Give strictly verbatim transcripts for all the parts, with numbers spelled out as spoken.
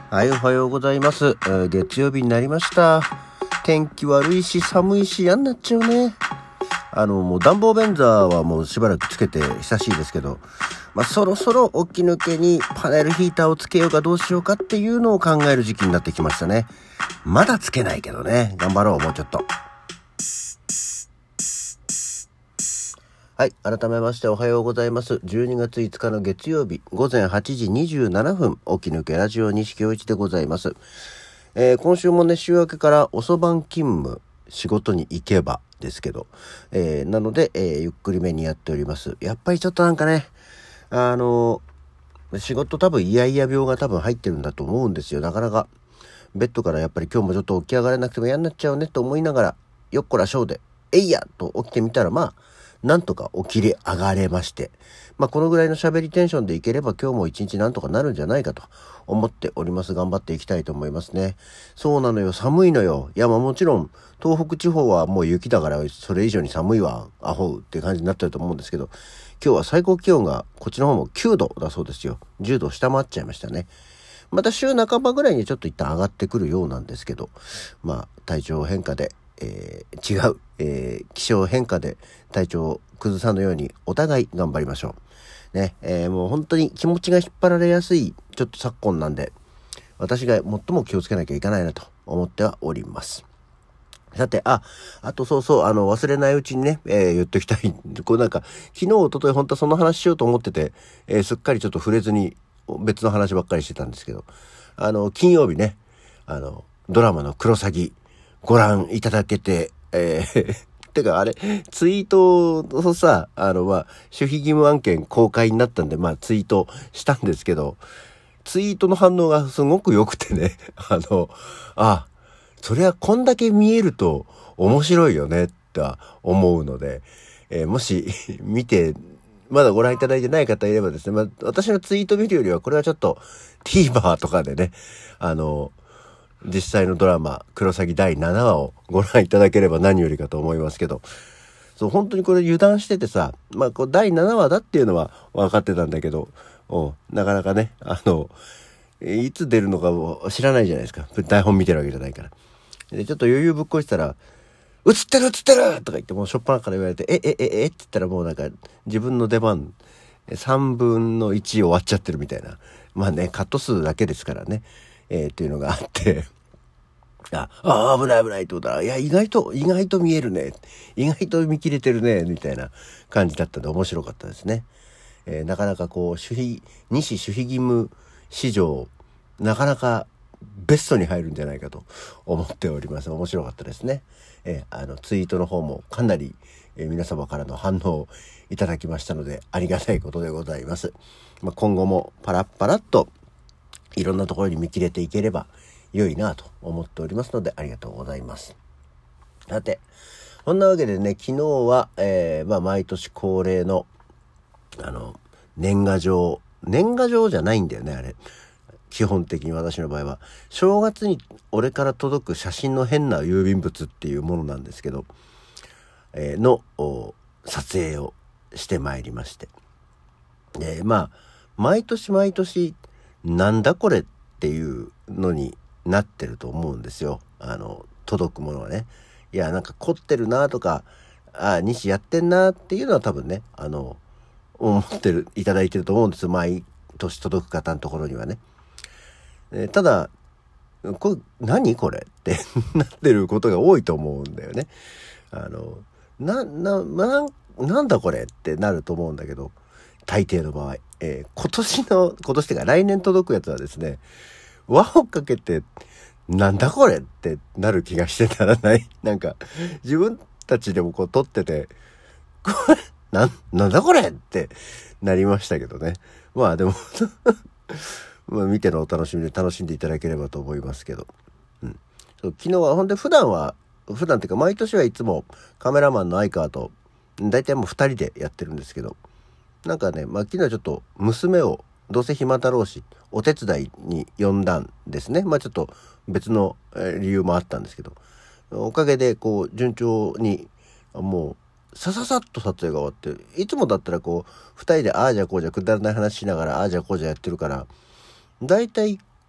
はい、おはようございます。えー、月曜日になりました。天気悪いし寒いし嫌になっちゃうね。あのもう暖房便座はもうしばらくつけて久しいですけど、まあ、そろそろ起き抜けにパネルヒーターをつけようかどうしようかっていうのを考える時期になってきましたね。まだつけないけどね、頑張ろう、もうちょっと。はい、改めましておはようございます。じゅうにがついつかの月曜日ごぜんはちじにじゅうななふん、起き抜けラジオ西京一でございます。えー、今週もね、週明けから遅番勤務、仕事に行けばですけど、えー、なので、えー、ゆっくりめにやっております。やっぱりちょっとなんかね、あのー、仕事多分イヤイヤ病が多分入ってるんだと思うんですよ。なかなかベッドからやっぱり今日もちょっと起き上がれなくても嫌になっちゃうねと思いながら、よっこらしょうでえいやと起きてみたら、まあなんとか起きれ上がれまして、まあこのぐらいの喋りテンションでいければ今日も一日なんとかなるんじゃないかと思っております。頑張っていきたいと思いますね。そうなのよ、寒いのよ。いやまあもちろん東北地方はもう雪だからそれ以上に寒いわ、アホっていう感じになってると思うんですけど、今日は最高気温がこっちの方もきゅうどだそうですよ。じゅうど下回っちゃいましたね。また週半ばぐらいにちょっと一旦上がってくるようなんですけど、まあ体調変化でえー、違う、えー、気象変化で体調を崩さぬようにお互い頑張りましょうね。えー、もう本当に気持ちが引っ張られやすいちょっと昨今なんで、私が最も気をつけなきゃいけないなと思ってはおります。さて、あ、あとそうそう、あの忘れないうちにね、えー、言っときたい。これなんか昨日一昨日本当はその話しようと思ってて、えー、すっかりちょっと触れずに別の話ばっかりしてたんですけど、あの金曜日ね、あのドラマのクロサギご覧いただけて、えー、てかあれ、ツイートをさ、あの、まあ、守秘義務案件公開になったんで、まあ、ツイートしたんですけど、ツイートの反応がすごく良くてね、あの、あ、それはこんだけ見えると面白いよね、と思うので、えー、もし見て、まだご覧いただいてない方いればですね、まあ、私のツイート見るよりは、これはちょっと TVer とかでね、あの、実際のドラマクロサギだいななわをご覧いただければ何よりかと思いますけど、そう本当にこれ油断しててさ、まあこうだいななわだっていうのは分かってたんだけど、おなかなかね、あのいつ出るのかも知らないじゃないですか。台本見てるわけじゃないから。でちょっと余裕ぶっこいてたら、映ってる映ってるとか言って、もうしょっぱなから言われて、ええええって言ったらもうなんか自分の出番さんぶんのいち終わっちゃってるみたいな、まあねカット数だけですからね、えー、っていうのがあってああ危ない危ないってことは、いや意外と意外と見えるね、意外と見切れてるねみたいな感じだったんで面白かったですね。えー、なかなかこう守秘西守秘義務史上なかなかベストに入るんじゃないかと思っております。面白かったですね。えー、あのツイートの方もかなり、えー、皆様からの反応をいただきましたのでありがたいことでございます。まあ、今後もパラッパラッといろんなところに見切れていければ良いなと思っておりますのでありがとうございます。さて、こんなわけでね、昨日は、えー、まあ毎年恒例のあの年賀状年賀状じゃないんだよね、あれ基本的に私の場合は正月に俺から届く写真の変な郵便物っていうものなんですけど、えー、の撮影をしてまいりまして、でまあ毎年毎年なんだこれっていうのになってると思うんですよ。あの届くものはね、いやなんか凝ってるなとか、あ西やってんなっていうのは多分ね、あの思ってるいただいてると思うんですよ。毎年届く方のところにはね。えただこれ何これってなってることが多いと思うんだよね。あのななななんだこれってなると思うんだけど、大抵の場合、えー、今年の今年ってか来年届くやつはですね、輪をかけてなんだこれってなる気がしてならない。なんか自分たちでもこう撮ってて、これななんだこれってなりましたけどね。まあでもまあ見てのお楽しみで楽しんでいただければと思いますけど、うん、そう昨日はほんで普段は普段っていうか毎年はいつもカメラマンの相川と大体もうふたりでやってるんですけど、なんかね、まあ昨日はちょっと娘をどうせ暇だろうしお手伝いに呼んだんですね。まあちょっと別の理由もあったんですけど、おかげでこう順調にもうさささっと撮影が終わって、いつもだったらこうふたりでああじゃこうじゃくだらない話しながらああじゃこうじゃやってるから、だいたい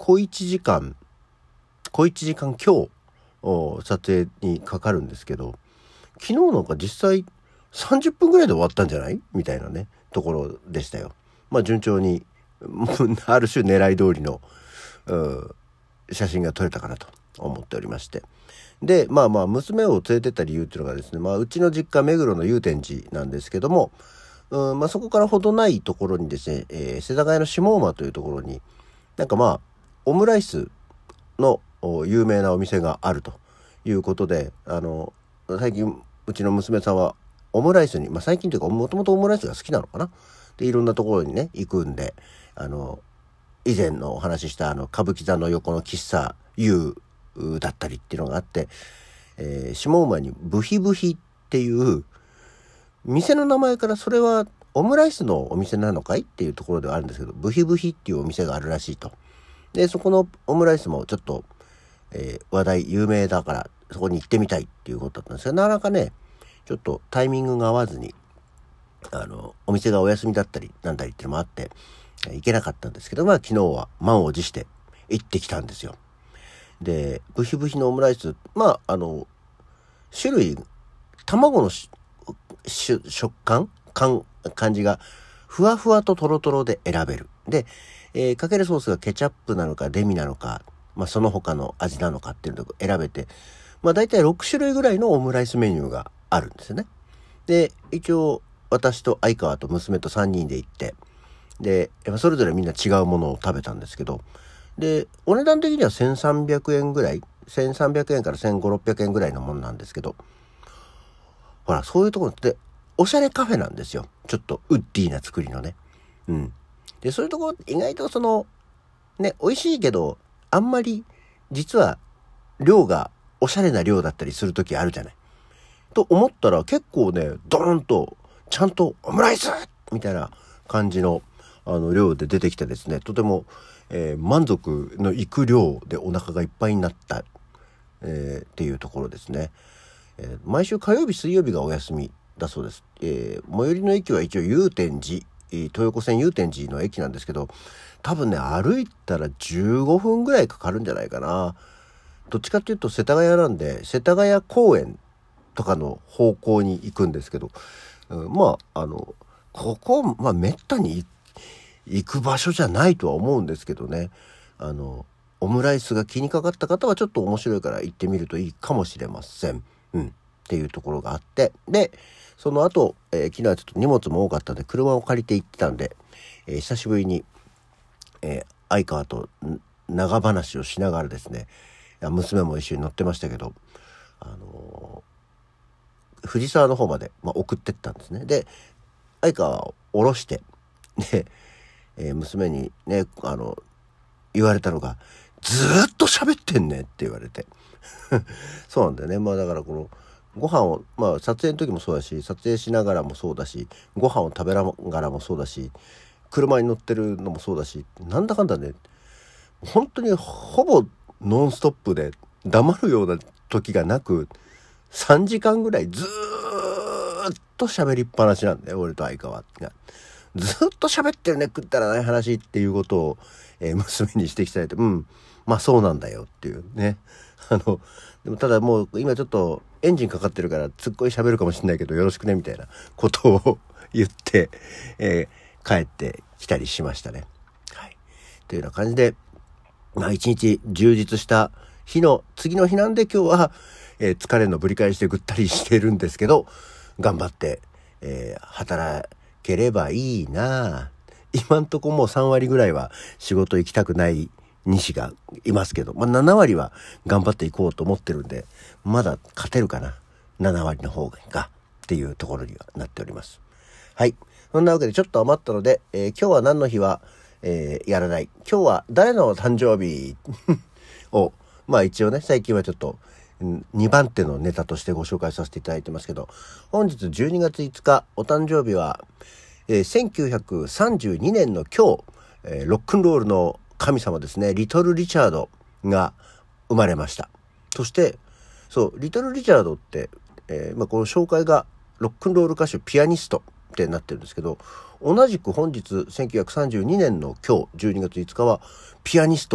小いちじかん、小いちじかん強撮影にかかるんですけど、昨日なんか実際さんじゅっぷんぐらいで終わったんじゃないみたいなね、ところでしたよ。まあ順調に、ある種狙い通りの写真が撮れたかなと思っておりまして。で、まあまあ娘を連れてった理由っていうのがですね、まあうちの実家目黒の祐天寺なんですけども、うん、まあそこからほどないところにですね、えー、世田谷の下馬というところに、なんかまあオムライスの有名なお店があるということで、あの最近うちの娘さんはオムライスに、まあ最近というかもともとオムライスが好きなのかな。でいろんなところにね行くんで、あの以前のお話ししたあの歌舞伎座の横の喫茶 U だったりっていうのがあって、えー、下馬にブヒブヒっていう店の名前からそれはオムライスのお店なのかいっていうところではあるんですけど、ブヒブヒっていうお店があるらしいと。でそこのオムライスもちょっと、えー、話題有名だからそこに行ってみたいっていうことだったんですが、なかなかねちょっとタイミングが合わずに、あのお店がお休みだったりなんだりっていうのもあって行けなかったんですけど、まあ昨日は満を持して行ってきたんですよ。でブヒブヒのオムライス、まああの種類、卵の食感感感じがふわふわとトロトロで選べる。で、えー、かけるソースがケチャップなのかデミなのか、まあその他の味なのかっていうのを選べて、まあ大体ろく種類ぐらいのオムライスメニューがあるんですよね。で一応私と相川と娘とさんにんで行って、でそれぞれみんな違うものを食べたんですけど、でお値段的にはせんさんびゃくえんぐらい、せんさんびゃくえんからせんごひゃく、ろっぴゃくえんぐらいのものなんですけど、ほらそういうところっておしゃれカフェなんですよ。ちょっとウッディな作りのね。うん。でそういうところ意外とそのね美味しいけどあんまり実は量がおしゃれな量だったりする時あるじゃない。と思ったら結構ねドーンとちゃんとオムライスみたいな感じのあの量で出てきてですね、とても、えー、満足のいく量でお腹がいっぱいになった、えー、っていうところですね。えー、毎週火曜日水曜日がお休みだそうです。えー、最寄りの駅は一応祐天寺、東横線祐天寺の駅なんですけど、多分ね歩いたらじゅうごふんぐらいかかるんじゃないかな。どっちかっていうと世田谷なんで世田谷公園とかの方向に行くんですけど、うん、まああのここまあめったに行く場所じゃないとは思うんですけどね、あのオムライスが気にかかった方はちょっと面白いから行ってみるといいかもしれません。うん、っていうところがあって、でその後、えー、昨日はちょっと荷物も多かったんで車を借りて行ってたんで、えー、久しぶりに、えー、相川と長話をしながらですね、娘も一緒に乗ってましたけど、あのー、藤沢の方まで、まあ、送ってったんですね。で相川を降ろしてで、えー、娘にねあの言われたのがずーっと喋ってんねって言われてそうなんだよね。まあだからこのご飯を、まあ撮影の時もそうだし、撮影しながらもそうだし、ご飯を食べながらもそうだし、車に乗ってるのもそうだし、なんだかんだね本当にほぼノンストップで黙るような時がなくさんじかんぐらいずーっと喋りっぱなしなんだよ、俺と相川が。ずっと喋ってるね、食ったらない話っていうことを、えー、娘に指摘されて、うんまあそうなんだよっていうね。あのでもただもう今ちょっとエンジンかかってるからすっごい喋るかもしれないけどよろしくねみたいなことを言って、えー、帰ってきたりしましたね。はい。というような感じで、まあ一日充実した日の次の日なんで今日は、えー、疲れのぶり返しでぐったりしてるんですけど、頑張って、えー、働ければいいな。今んとこもうさんわりぐらいは仕事行きたくない西がいますけど、まあ、ななわりは頑張っていこうと思ってるんで、まだ勝てるかな、ななわりの方がっていうところにはなっております。はい、そんなわけでちょっと余ったので、えー、今日は何の日は、えー、やらない、今日は誰の誕生日をまあ一応ね最近はちょっとにばん手のネタとしてご紹介させていただいてますけど、本日じゅうにがついつかお誕生日は、えー、せんきゅうひゃくさんじゅうにねんの今日、えー、ロックンロールの神様ですね、リトル・リチャードが生まれました。そしてそうリトル・リチャードって、えーまあ、この紹介がロックンロール歌手ピアニストってなってるんですけど、同じく本日せんきゅうひゃくさんじゅうにねんの今日じゅうにがついつかはピアニスト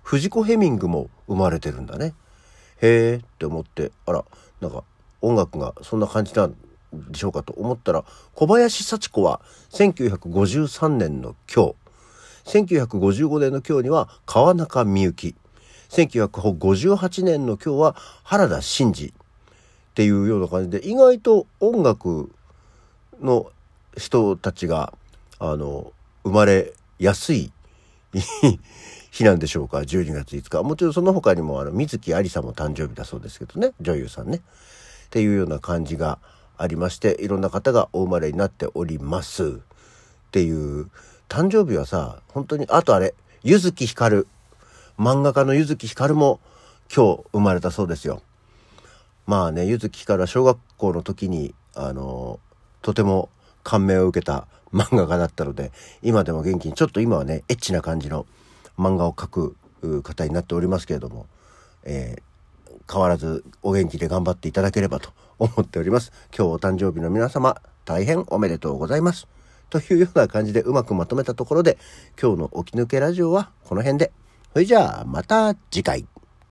藤子ヘミングも生まれてるんだね。へーって思って、あら、なんか音楽がそんな感じなんでしょうかと思ったら、小林幸子はせんきゅうひゃくごじゅうさんねんの今日、せんきゅうひゃくごじゅうごねんの今日には川中美幸、せんきゅうひゃくごじゅうはちねんの今日は原田真二っていうような感じで、意外と音楽の人たちがあの生まれやすい日なんでしょうか。じゅうにがついつか、もちろんその他にもあの水木有りさんも誕生日だそうですけどね、女優さんねっていうような感じがありまして、いろんな方がお生まれになっておりますっていう。誕生日はさ、本当に、あとあれ、柚木ひかる、漫画家の柚木ひかるも今日生まれたそうですよ。まあね、柚木ひかるは小学校の時にあのとても感銘を受けた漫画家だったので、今でも元気に、ちょっと今はねエッチな感じの漫画を描く方になっておりますけれども、えー、変わらずお元気で頑張っていただければと思っております。今日お誕生日の皆様、大変おめでとうございますというような感じでうまくまとめたところで、今日の起き抜けラジオはこの辺で。それじゃあまた次回。